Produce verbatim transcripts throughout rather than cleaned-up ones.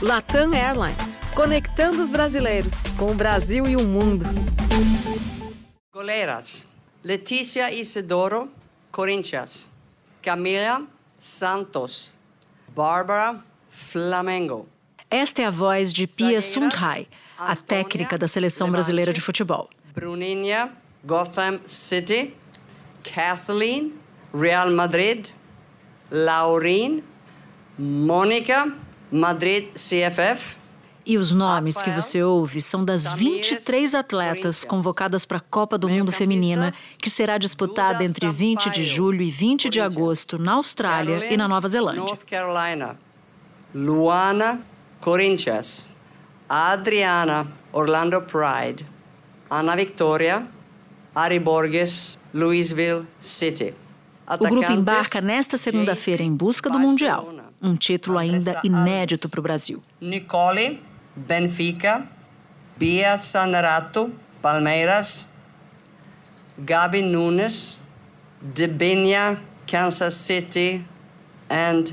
Latam Airlines, conectando os brasileiros com o Brasil e o mundo. Goleiras: Letícia Isidoro, Corinthians. Camila Santos, Bárbara, Flamengo. Esta é a voz de Pia Sundhage, a técnica da Seleção Brasileira de Futebol. Bruninha, Gotham City. Kathleen, Real Madrid. Laurin, Mônica, Madrid C F F. E os nomes que você ouve são das vinte e três atletas convocadas para a Copa do Mundo Feminina, que será disputada entre vinte de julho e vinte de agosto na Austrália e na Nova Zelândia. North Carolina. Luana, Corinthians. Adriana, Orlando Pride. Ana Victoria, Ari Borges, Louisville City. O grupo embarca nesta segunda-feira em busca do Mundial, um título ainda inédito para o Brasil. Nicole, Benfica. Bia Sanarato, Palmeiras. Gabi Nunes, Debinha, Kansas City. And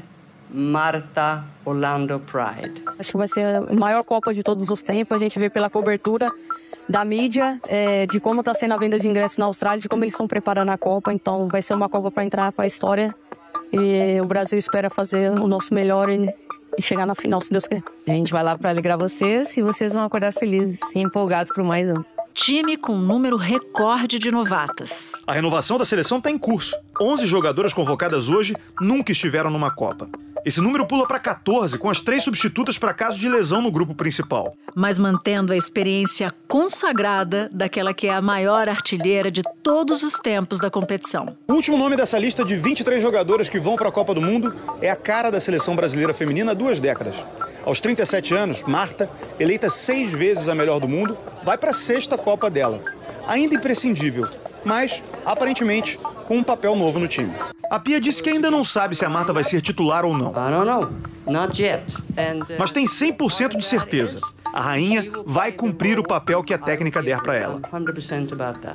Marta, Orlando Pride. Acho que vai ser a maior Copa de todos os tempos. A gente vê pela cobertura da mídia, é, de como está sendo a venda de ingressos na Austrália, de como eles estão preparando a Copa. Então vai ser uma Copa para entrar para a história. E o Brasil espera fazer o nosso melhor e, e chegar na final, se Deus quiser. A gente vai lá para alegrar vocês e vocês vão acordar felizes e empolgados para mais um. Time com número recorde de novatas. A renovação da seleção está em curso. onze jogadoras convocadas hoje nunca estiveram numa Copa. Esse número pula para quatorze, com as três substitutas para caso de lesão no grupo principal. Mas mantendo a experiência consagrada daquela que é a maior artilheira de todos os tempos da competição. O último nome dessa lista de vinte e três jogadoras que vão para a Copa do Mundo é a cara da seleção brasileira feminina há duas décadas. Aos trinta e sete anos, Marta, eleita seis vezes a melhor do mundo, vai para a sexta Copa dela. Ainda imprescindível, mas, aparentemente, com um papel novo no time. A Pia disse que ainda não sabe se a Marta vai ser titular ou não. I don't know. Not yet. And, uh, Mas tem cem por cento de certeza. A rainha vai cumprir o papel que a técnica der para ela. one hundred percent about that.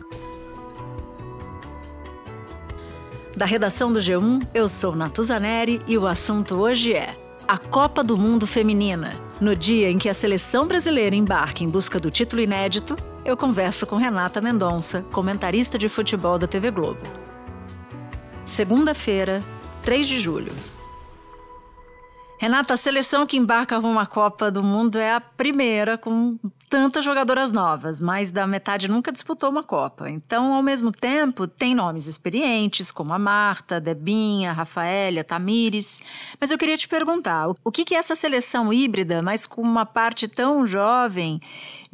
Da redação do G um, eu sou Natuza Neri e o assunto hoje é a Copa do Mundo Feminina. No dia em que a seleção brasileira embarca em busca do título inédito, eu converso com Renata Mendonça, comentarista de futebol da T V Globo. Segunda-feira, três de julho. Renata, a seleção que embarca rumo à Copa do Mundo é a primeira com tantas jogadoras novas, mais da metade nunca disputou uma Copa. Então, ao mesmo tempo, tem nomes experientes, como a Marta, Debinha, Rafaela, Tamires. Mas eu queria te perguntar, o que que essa seleção híbrida, mas com uma parte tão jovem,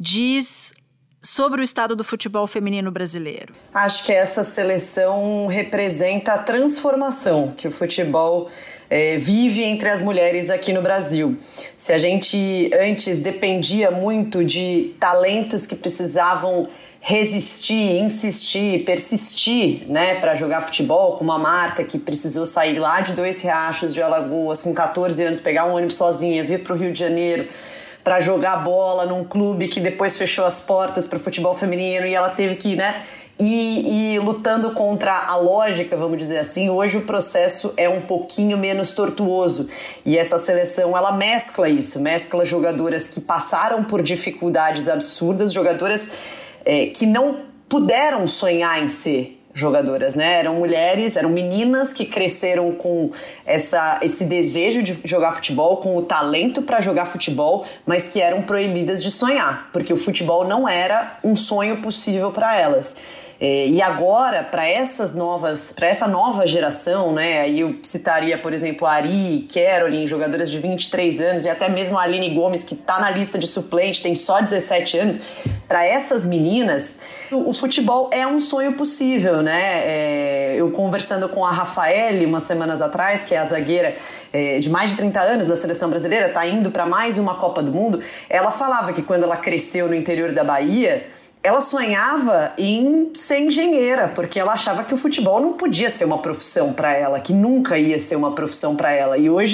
diz sobre o estado do futebol feminino brasileiro? Acho que essa seleção representa a transformação que o futebol é, vive entre as mulheres aqui no Brasil. Se a gente antes dependia muito de talentos que precisavam resistir, insistir, persistir, né, para jogar futebol, como a Marta, que precisou sair lá de Dois Riachos, de Alagoas, com catorze anos, pegar um ônibus sozinha, vir para o Rio de Janeiro para jogar bola num clube que depois fechou as portas para o futebol feminino e ela teve que, né, ir, ir lutando contra a lógica, vamos dizer assim. Hoje o processo é um pouquinho menos tortuoso e essa seleção, ela mescla isso, mescla jogadoras que passaram por dificuldades absurdas, jogadoras é, que não puderam sonhar em ser jogadoras, né? Eram mulheres, eram meninas que cresceram com essa, esse desejo de jogar futebol, com o talento para jogar futebol, mas que eram proibidas de sonhar, porque o futebol não era um sonho possível para elas. E agora, para essas novas, para essa nova geração, né? Aí eu citaria, por exemplo, a Ari, Caroline, jogadoras de vinte e três anos, e até mesmo a Aline Gomes, que está na lista de suplente, tem só dezessete anos. Para essas meninas, o, o futebol é um sonho possível, né? É, eu conversando com a Rafaela umas semanas atrás, que é a zagueira é, de mais de trinta anos da seleção brasileira, está indo para mais uma Copa do Mundo, ela falava que quando ela cresceu no interior da Bahia, ela sonhava em ser engenheira, porque ela achava que o futebol não podia ser uma profissão para ela, que nunca ia ser uma profissão para ela. E hoje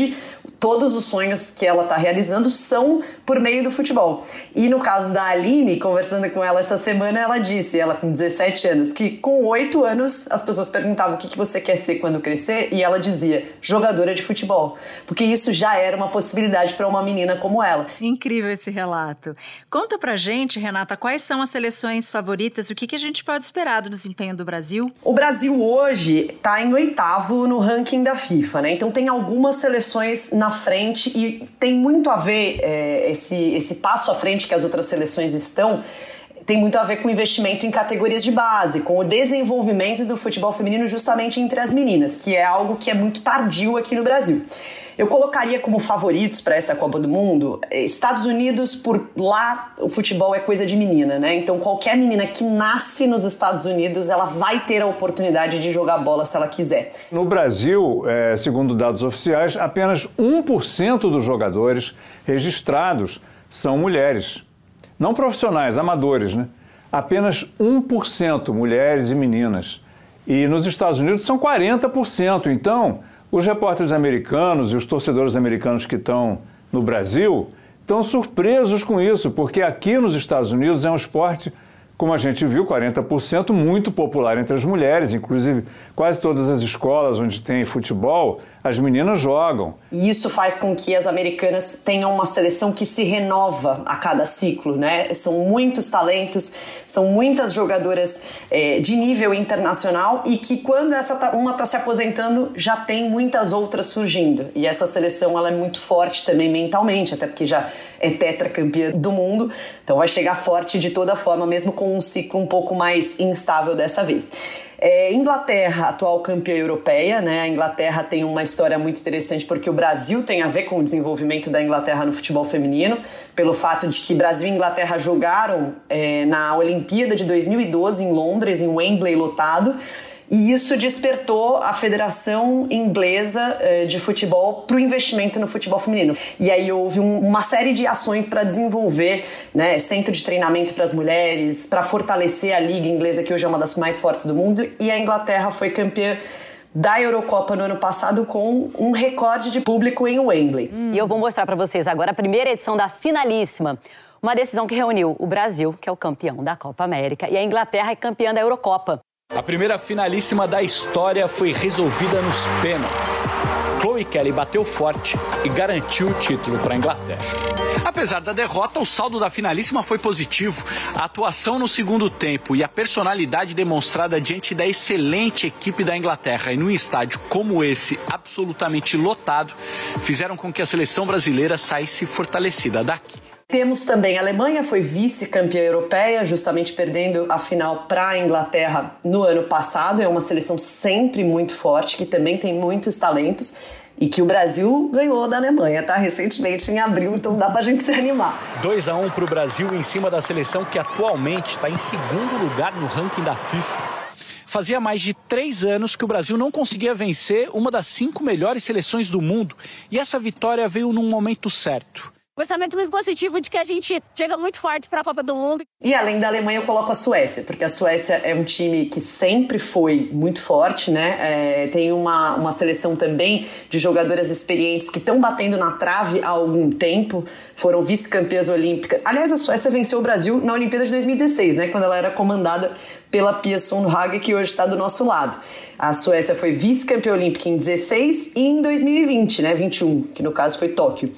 todos os sonhos que ela está realizando são por meio do futebol. E no caso da Aline, conversando com ela essa semana, ela disse, ela com dezessete anos, que com oito anos as pessoas perguntavam o que, que você quer ser quando crescer, e ela dizia, jogadora de futebol. Porque isso já era uma possibilidade para uma menina como ela. Incrível esse relato. Conta pra gente, Renata, quais são as seleções favoritas, o que, que a gente pode esperar do desempenho do Brasil? O Brasil hoje está em oitavo no ranking da FIFA, né? Então tem algumas seleções na frente e tem muito a ver é, esse, esse passo à frente que as outras seleções estão, tem muito a ver com o investimento em categorias de base, com o desenvolvimento do futebol feminino justamente entre as meninas, que é algo que é muito tardio aqui no Brasil. Eu colocaria como favoritos para essa Copa do Mundo Estados Unidos, por lá o futebol é coisa de menina, né? Então qualquer menina que nasce nos Estados Unidos, ela vai ter a oportunidade de jogar bola se ela quiser. No Brasil, é, segundo dados oficiais, apenas um por cento dos jogadores registrados são mulheres. Não profissionais, amadores, né? Apenas um por cento mulheres e meninas. E nos Estados Unidos são quarenta por cento. Então, os repórteres americanos e os torcedores americanos que estão no Brasil estão surpresos com isso, porque aqui nos Estados Unidos é um esporte, como a gente viu, quarenta por cento, muito popular entre as mulheres. Inclusive, quase todas as escolas onde tem futebol, as meninas jogam. E isso faz com que as americanas tenham uma seleção que se renova a cada ciclo, né? São muitos talentos, são muitas jogadoras é, de nível internacional e que quando essa tá, uma está se aposentando, já tem muitas outras surgindo. E essa seleção ela é muito forte também mentalmente, até porque já é tetracampeã do mundo, então vai chegar forte de toda forma, mesmo com um ciclo um pouco mais instável dessa vez. É, Inglaterra, atual campeã europeia, né? A Inglaterra tem uma história muito interessante porque o Brasil tem a ver com o desenvolvimento da Inglaterra no futebol feminino, pelo fato de que Brasil e Inglaterra jogaram é, na Olimpíada de dois mil e doze em Londres, em Wembley lotado, e isso despertou a Federação Inglesa de Futebol para o investimento no futebol feminino. E aí houve um, uma série de ações para desenvolver, né, centro de treinamento para as mulheres, para fortalecer a liga inglesa, que hoje é uma das mais fortes do mundo, e a Inglaterra foi campeã da Eurocopa no ano passado com um recorde de público em Wembley. E eu vou mostrar para vocês agora a primeira edição da Finalíssima. Uma decisão que reuniu o Brasil, que é o campeão da Copa América, e a Inglaterra, é campeã da Eurocopa. A primeira finalíssima da história foi resolvida nos pênaltis. Chloe Kelly bateu forte e garantiu o título para a Inglaterra. Apesar da derrota, o saldo da finalíssima foi positivo. A atuação no segundo tempo e a personalidade demonstrada diante da excelente equipe da Inglaterra e num estádio como esse, absolutamente lotado, fizeram com que a seleção brasileira saísse fortalecida daqui. Temos também a Alemanha, foi vice-campeã europeia, justamente perdendo a final para a Inglaterra no ano passado. É uma seleção sempre muito forte, que também tem muitos talentos e que o Brasil ganhou da Alemanha, tá? Recentemente, em abril, então dá pra gente se animar. dois a um para o Brasil em cima da seleção que atualmente está em segundo lugar no ranking da FIFA. Fazia mais de três anos que o Brasil não conseguia vencer uma das cinco melhores seleções do mundo e essa vitória veio num momento certo. Pensamento muito positivo de que a gente chega muito forte para a Copa do Mundo. E além da Alemanha eu coloco a Suécia, porque a Suécia é um time que sempre foi muito forte, né? É, tem uma, uma seleção também de jogadoras experientes que estão batendo na trave há algum tempo, foram vice-campeãs olímpicas. Aliás, a Suécia venceu o Brasil na Olimpíada de dois mil e dezesseis, né? Quando ela era comandada pela Pia Sundhage, que hoje está do nosso lado. A Suécia foi vice-campeã olímpica em dezesseis e em dois mil e vinte, né? vinte e um, que no caso foi Tóquio.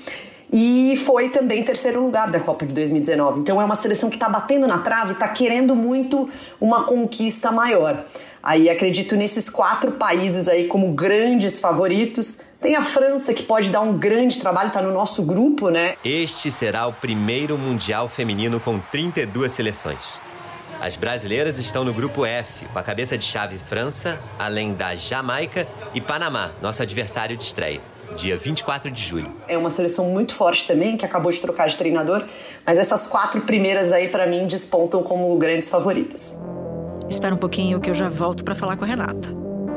E foi também terceiro lugar da Copa de dois mil e dezenove. Então é uma seleção que está batendo na trave, está querendo muito uma conquista maior. Aí acredito nesses quatro países aí como grandes favoritos. Tem a França, que pode dar um grande trabalho, está no nosso grupo, né? Este será o primeiro Mundial Feminino com trinta e duas seleções. As brasileiras estão no grupo F, com a cabeça de chave França, além da Jamaica e Panamá, nosso adversário de estreia. Dia vinte e quatro de julho. É uma seleção muito forte também, que acabou de trocar de treinador, mas essas quatro primeiras aí, para mim, despontam como grandes favoritas. Espera um pouquinho que eu já volto para falar com a Renata.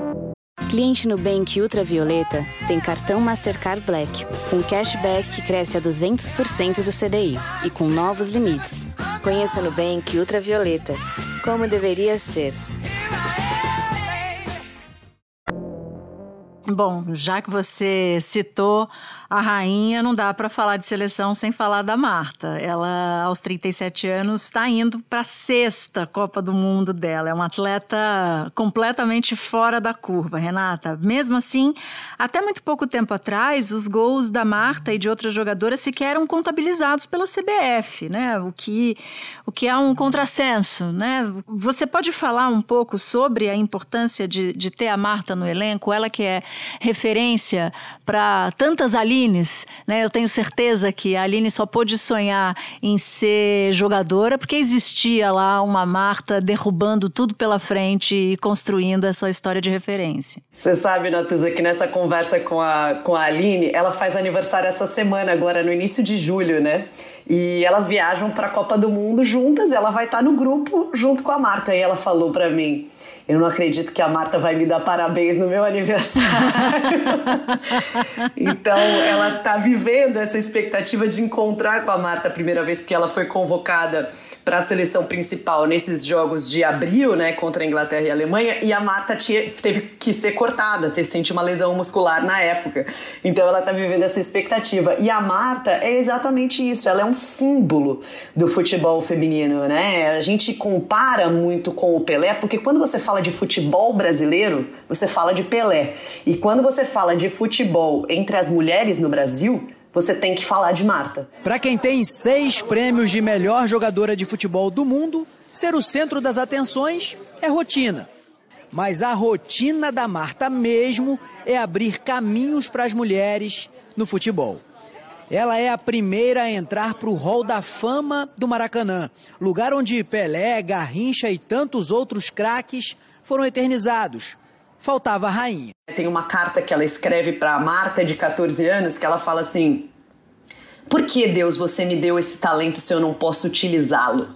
Cliente Nubank Ultravioleta tem cartão Mastercard Black, com cashback que cresce a duzentos por cento do C D I e com novos limites. Conheça o Nubank Ultravioleta, como deveria ser. Bom, já que você citou a rainha, não dá para falar de seleção sem falar da Marta. Ela, aos trinta e sete anos, está indo para a sexta Copa do Mundo dela. É uma atleta completamente fora da curva, Renata. Mesmo assim, até muito pouco tempo atrás, os gols da Marta e de outras jogadoras sequer eram contabilizados pela C B F, né? O que, o que é um contrassenso, né? Você pode falar um pouco sobre a importância de, de ter a Marta no elenco? Ela que é referência para tantas Alines, né? Eu tenho certeza que a Aline só pôde sonhar em ser jogadora porque existia lá uma Marta derrubando tudo pela frente e construindo essa história de referência. Você sabe, Natuza, que nessa conversa com a, com a Aline, ela faz aniversário essa semana agora, no início de julho, né? E elas viajam para a Copa do Mundo juntas, ela vai estar no grupo junto com a Marta. E ela falou para mim: eu não acredito que a Marta vai me dar parabéns no meu aniversário. Então, ela está vivendo essa expectativa de encontrar com a Marta a primeira vez, porque ela foi convocada para a seleção principal nesses jogos de abril, né, contra a Inglaterra e a Alemanha, e a Marta tinha, teve que ser cortada, ter sentido uma lesão muscular na época. Então, ela está vivendo essa expectativa. E a Marta é exatamente isso, ela é um símbolo do futebol feminino, né? A gente compara muito com o Pelé, porque quando você fala de futebol brasileiro, você fala de Pelé. E quando você fala de futebol entre as mulheres no Brasil, você tem que falar de Marta. Para quem tem seis prêmios de melhor jogadora de futebol do mundo, ser o centro das atenções é rotina. Mas a rotina da Marta mesmo é abrir caminhos para as mulheres no futebol. Ela é a primeira a entrar para o Hall da Fama do Maracanã, lugar onde Pelé, Garrincha e tantos outros craques foram eternizados. Faltava a rainha. Tem uma carta que ela escreve para a Marta, de catorze anos, que ela fala assim: por que, Deus, você me deu esse talento se eu não posso utilizá-lo?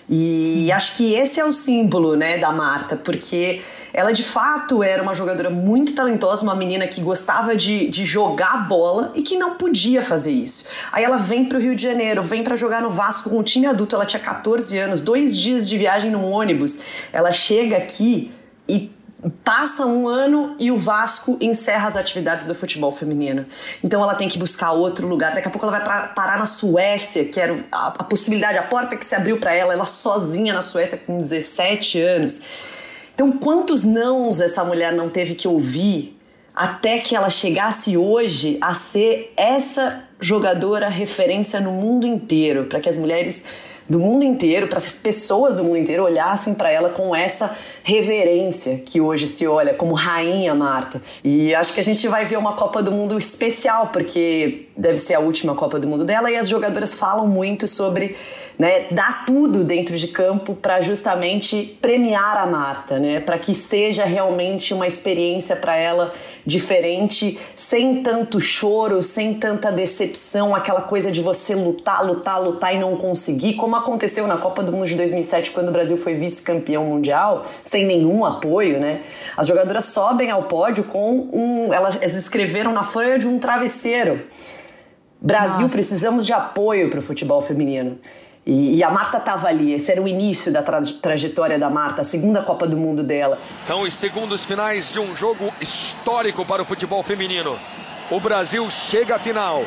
E acho que esse é o símbolo, né, da Marta, porque ela de fato era uma jogadora muito talentosa, uma menina que gostava de, de jogar bola e que não podia fazer isso. Aí ela vem para o Rio de Janeiro, vem para jogar no Vasco com um time adulto, ela tinha catorze anos, dois dias de viagem num ônibus. Ela chega aqui e passa um ano e o Vasco encerra as atividades do futebol feminino. Então ela tem que buscar outro lugar. Daqui a pouco ela vai pra, parar na Suécia, que era a, a possibilidade, a porta que se abriu para ela, ela sozinha na Suécia com dezessete anos. Então quantos nãos essa mulher não teve que ouvir até que ela chegasse hoje a ser essa jogadora referência no mundo inteiro, para que as mulheres do mundo inteiro, para as pessoas do mundo inteiro olhassem para ela com essa reverência que hoje se olha como Rainha Marta. E acho que a gente vai ver uma Copa do Mundo especial, porque deve ser a última Copa do Mundo dela, e as jogadoras falam muito sobre, né, dar tudo dentro de campo para justamente premiar a Marta, né, para que seja realmente uma experiência para ela diferente, sem tanto choro, sem tanta decepção, aquela coisa de você lutar, lutar, lutar e não conseguir, como aconteceu na Copa do Mundo de dois mil e sete, quando o Brasil foi vice-campeão mundial, sem nenhum apoio, né? As jogadoras sobem ao pódio com um... Elas escreveram na folha de um travesseiro: Brasil, nossa, precisamos de apoio para o futebol feminino. E, e a Marta estava ali, esse era o início da tra trajetória da Marta, a segunda Copa do Mundo dela. São os segundos finais de um jogo histórico para o futebol feminino. O Brasil chega à final,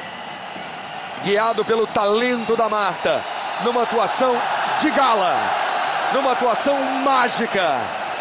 guiado pelo talento da Marta, numa atuação de gala, numa atuação mágica.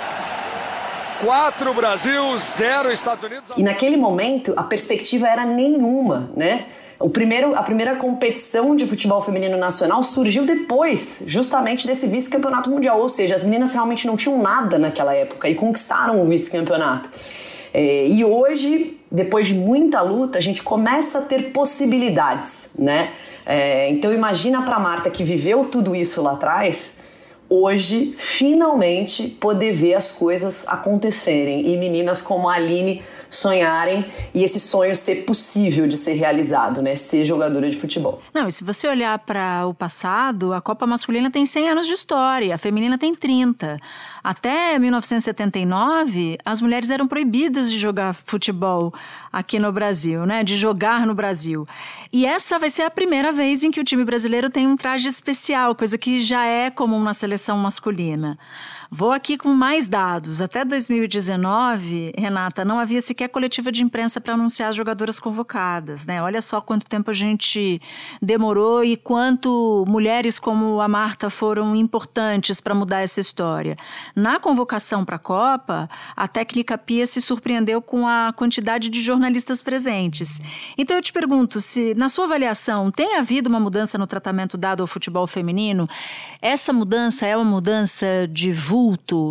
Quatro Brasil, zero Estados Unidos. E naquele momento a perspectiva era nenhuma, né? O primeiro, a primeira competição de futebol feminino nacional surgiu depois, justamente desse vice-campeonato mundial. Ou seja, as meninas realmente não tinham nada naquela época e conquistaram o vice-campeonato. É, e hoje, depois de muita luta, a gente começa a ter possibilidades, né? É, então imagina para a Marta, que viveu tudo isso lá atrás, hoje, finalmente, poder ver as coisas acontecerem. E meninas como a Aline sonharem e esse sonho ser possível de ser realizado, né? Ser jogadora de futebol. Não, e se você olhar para o passado, a Copa masculina tem cem anos de história, a feminina tem trinta. Até mil novecentos e setenta e nove, as mulheres eram proibidas de jogar futebol aqui no Brasil, né? De jogar no Brasil. E essa vai ser a primeira vez em que o time brasileiro tem um traje especial, coisa que já é comum na seleção masculina. Vou aqui com mais dados. Até dois mil e dezenove, Renata, não havia sequer coletiva de imprensa para anunciar as jogadoras convocadas, né? Olha só quanto tempo a gente demorou e quanto mulheres como a Marta foram importantes para mudar essa história. Na convocação para a Copa, a técnica Pia se surpreendeu com a quantidade de jornalistas presentes. Então eu te pergunto, se na sua avaliação tem havido uma mudança no tratamento dado ao futebol feminino? Essa mudança é uma mudança de vulto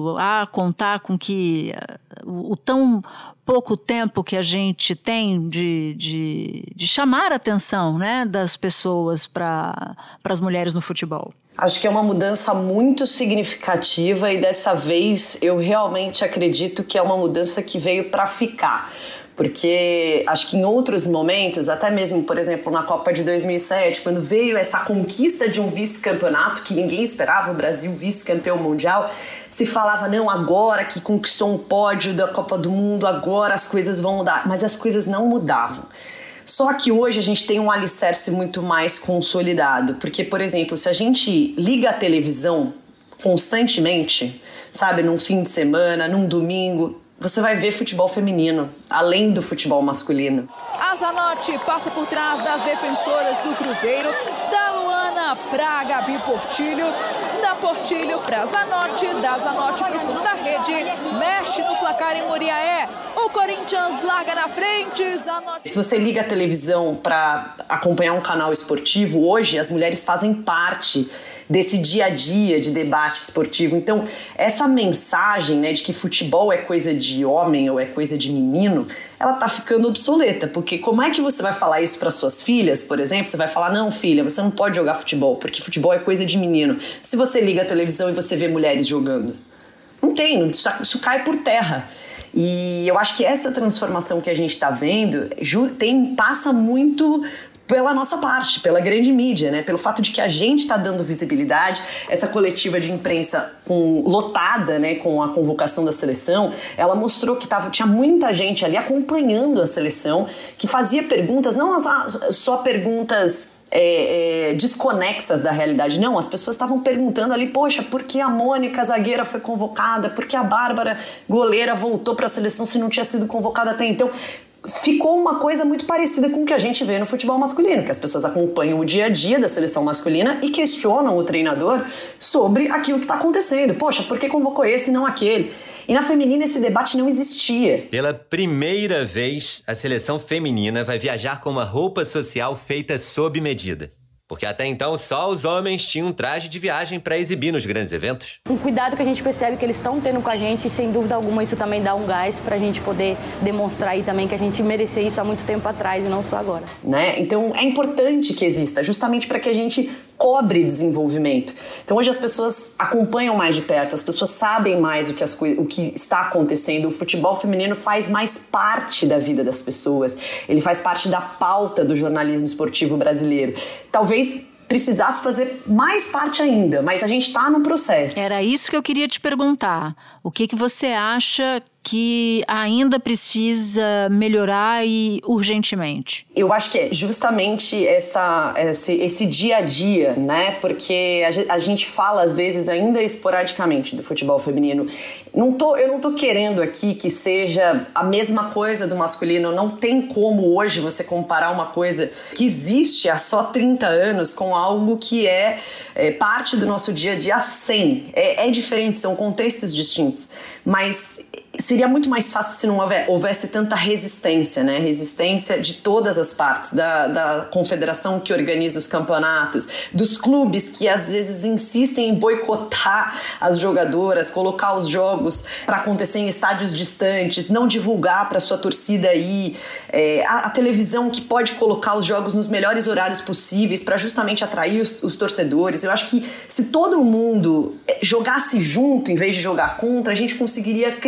a contar com que o, o tão pouco tempo que a gente tem de, de, de chamar a atenção, né, das pessoas para as mulheres no futebol? Acho que é uma mudança muito significativa e dessa vez eu realmente acredito que é uma mudança que veio para ficar. Porque acho que em outros momentos, até mesmo, por exemplo, na Copa de dois mil e sete, quando veio essa conquista de um vice-campeonato que ninguém esperava, o Brasil vice-campeão mundial, se falava, não, agora que conquistou um pódio da Copa do Mundo, agora as coisas vão mudar. Mas as coisas não mudavam. Só que hoje a gente tem um alicerce muito mais consolidado. Porque, por exemplo, se a gente liga a televisão constantemente, sabe, num fim de semana, num domingo, você vai ver futebol feminino, além do futebol masculino. A Zanotti passa por trás das defensoras do Cruzeiro, da Luana pra Gabi Portilho, da Portilho pra Zanotti, da Zanotti pro fundo da rede, mexe no placar em Muriaé. O Corinthians larga na frente, Zanotti... Se você liga a televisão para acompanhar um canal esportivo, hoje as mulheres fazem parte desse dia a dia de debate esportivo. Então, essa mensagem, né, de que futebol é coisa de homem ou é coisa de menino, ela tá ficando obsoleta, porque como é que você vai falar isso para suas filhas, por exemplo? Você vai falar, não, filha, você não pode jogar futebol, porque futebol é coisa de menino. Se você liga a televisão e você vê mulheres jogando, não tem, isso, isso cai por terra. E eu acho que essa transformação que a gente está vendo tem, passa muito pela nossa parte, pela grande mídia, né? Pelo fato de que a gente está dando visibilidade. Essa coletiva de imprensa com, lotada, né, com a convocação da seleção, ela mostrou que tava, tinha muita gente ali acompanhando a seleção, que fazia perguntas, não só perguntas É, é, desconexas da realidade. Não, as pessoas estavam perguntando ali, poxa, por que a Mônica, zagueira, foi convocada? Por que a Bárbara, goleira, voltou para a seleção se não tinha sido convocada até então? Ficou uma coisa muito parecida com o que a gente vê no futebol masculino, que as pessoas acompanham o dia a dia da seleção masculina e questionam o treinador sobre aquilo que está acontecendo. Poxa, por que convocou esse e não aquele? E na feminina esse debate não existia. Pela primeira vez, a seleção feminina vai viajar com uma roupa social feita sob medida. Porque até então só os homens tinham um traje de viagem para exibir nos grandes eventos. Um cuidado que a gente percebe que eles estão tendo com a gente e sem dúvida alguma isso também dá um gás para a gente poder demonstrar aí também que a gente merecia isso há muito tempo atrás e não só agora. Né? Então é importante que exista, justamente para que a gente cobre desenvolvimento. Então hoje as pessoas acompanham mais de perto, as pessoas sabem mais o que, as, o que está acontecendo. O futebol feminino faz mais parte da vida das pessoas, ele faz parte da pauta do jornalismo esportivo brasileiro. Talvez precisasse fazer mais parte ainda, mas a gente está no processo. Era isso que eu queria te perguntar. O que, que você acha que ainda precisa melhorar e urgentemente? Eu acho que é justamente essa, esse, esse dia a dia, né? Porque a, a gente fala, às vezes, ainda esporadicamente do futebol feminino. Não tô, eu não tô querendo aqui que seja a mesma coisa do masculino. Não tem como hoje você comparar uma coisa que existe há só trinta anos com algo que é, é parte do nosso dia a dia há cem. É, é diferente, são contextos distintos. Mas seria muito mais fácil se não houvesse tanta resistência, né? Resistência de todas as partes, da, da confederação que organiza os campeonatos, dos clubes que às vezes insistem em boicotar as jogadoras, colocar os jogos para acontecer em estádios distantes, não divulgar para sua torcida aí, é, a, a televisão que pode colocar os jogos nos melhores horários possíveis para justamente atrair os, os torcedores. Eu acho que se todo mundo jogasse junto em vez de jogar contra, a gente conseguiria crescer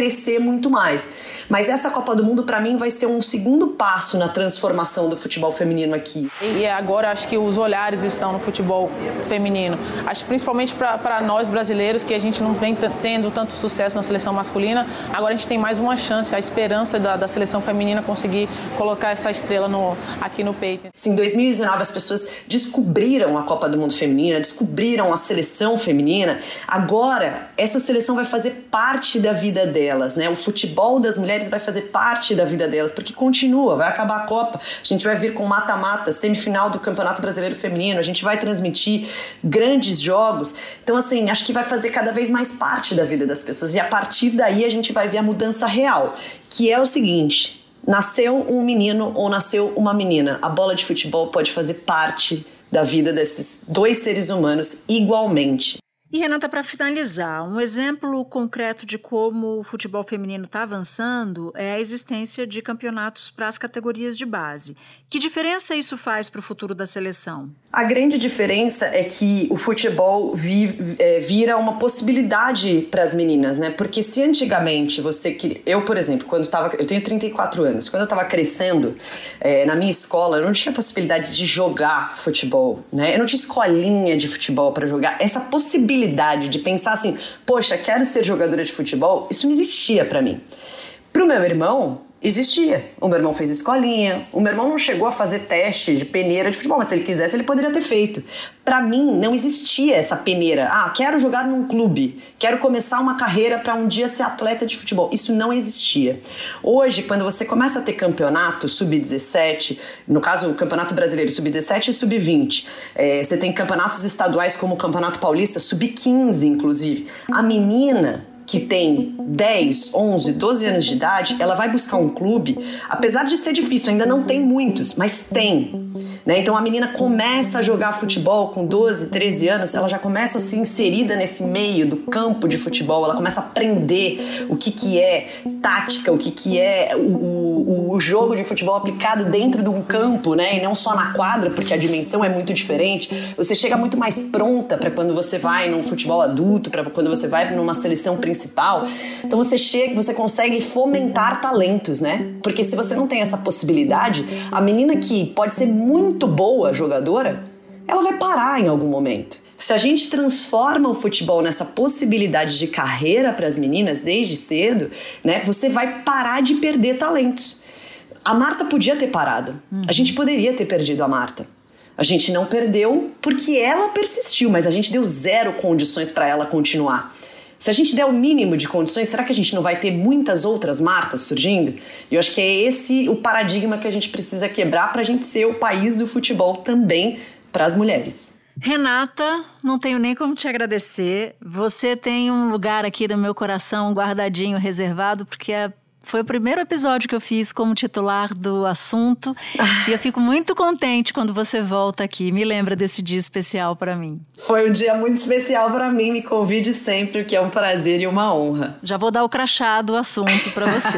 muito mais. Mas essa Copa do Mundo, para mim, vai ser um segundo passo na transformação do futebol feminino aqui. E agora acho que os olhares estão no futebol feminino. Acho principalmente para nós brasileiros, que a gente não vem tendo tanto sucesso na seleção masculina, agora a gente tem mais uma chance, a esperança da, da seleção feminina conseguir colocar essa estrela no, aqui no peito. Em dois mil e dezenove as pessoas descobriram a Copa do Mundo feminina, descobriram a seleção feminina. Agora essa seleção vai fazer parte da vida delas, né? O futebol das mulheres vai fazer parte da vida delas, porque continua, vai acabar a Copa, a gente vai vir com mata-mata, semifinal do Campeonato Brasileiro Feminino, a gente vai transmitir grandes jogos. Então assim, acho que vai fazer cada vez mais parte da vida das pessoas, e a partir daí a gente vai ver a mudança real, que é o seguinte: nasceu um menino ou nasceu uma menina, a bola de futebol pode fazer parte da vida desses dois seres humanos igualmente. E, Renata, para finalizar, um exemplo concreto de como o futebol feminino está avançando é a existência de campeonatos para as categorias de base. Que diferença isso faz para o futuro da seleção? A grande diferença é que o futebol vi, é, vira uma possibilidade para as meninas, né? Porque se antigamente você queria... Eu, por exemplo, quando estava... Eu tenho trinta e quatro anos. Quando eu estava crescendo, é, na minha escola, eu não tinha possibilidade de jogar futebol, né? Eu não tinha escolinha de futebol para jogar. Essa possibilidade de pensar assim, poxa, quero ser jogadora de futebol, isso não existia pra mim. Pro meu irmão, existia. O meu irmão fez escolinha, o meu irmão não chegou a fazer teste de peneira de futebol, mas se ele quisesse, ele poderia ter feito. Pra mim, não existia essa peneira. Ah, quero jogar num clube, quero começar uma carreira pra um dia ser atleta de futebol. Isso não existia. Hoje, quando você começa a ter campeonato sub dezessete, no caso, o Campeonato Brasileiro sub dezessete e sub vinte, é, você tem campeonatos estaduais como o Campeonato Paulista, sub quinze, inclusive. A menina que tem dez, onze, doze anos de idade, ela vai buscar um clube, apesar de ser difícil, ainda não tem muitos, mas tem, né? Então a menina começa a jogar futebol com doze, treze anos, ela já começa a ser inserida nesse meio do campo de futebol, ela começa a aprender o que que é tática, o que que é o, o, o jogo de futebol aplicado dentro de um campo, né? E não só na quadra, porque a dimensão é muito diferente. Você chega muito mais pronta para quando você vai num futebol adulto, para quando você vai numa seleção principal. Então você chega, você consegue fomentar talentos, né? Porque se você não tem essa possibilidade, a menina que pode ser muito boa jogadora, ela vai parar em algum momento. Se a gente transforma o futebol nessa possibilidade de carreira para as meninas desde cedo, né? Você vai parar de perder talentos. A Marta podia ter parado. A gente poderia ter perdido a Marta. A gente não perdeu porque ela persistiu, mas a gente deu zero condições para ela continuar. Se a gente der o mínimo de condições, será que a gente não vai ter muitas outras Martas surgindo? E eu acho que é esse o paradigma que a gente precisa quebrar para a gente ser o país do futebol também para as mulheres. Renata, não tenho nem como te agradecer. Você tem um lugar aqui no meu coração guardadinho, reservado, porque é Foi o primeiro episódio que eu fiz como titular do assunto e eu fico muito contente quando você volta aqui. Me lembra desse dia especial para mim. Foi um dia muito especial para mim. Me convide sempre, que é um prazer e uma honra. Já vou dar o crachá do assunto para você.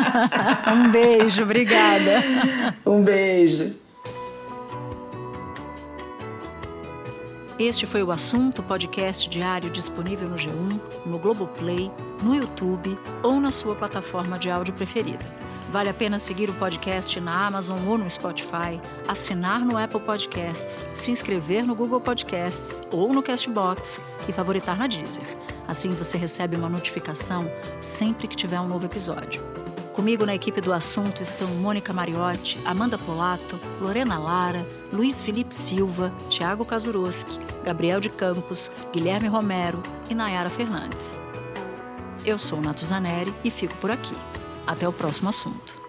Um beijo, obrigada. Um beijo. Este foi o Assunto, podcast diário disponível no G um, no Globoplay, no YouTube ou na sua plataforma de áudio preferida. Vale a pena seguir o podcast na Amazon ou no Spotify, assinar no Apple Podcasts, se inscrever no Google Podcasts ou no Castbox e favoritar na Deezer. Assim você recebe uma notificação sempre que tiver um novo episódio. Comigo na equipe do Assunto estão Mônica Mariotti, Amanda Polato, Lorena Lara, Luiz Felipe Silva, Thiago Kazuroski, Gabriel de Campos, Guilherme Romero e Nayara Fernandes. Eu sou Natuzaneri e fico por aqui. Até o próximo assunto.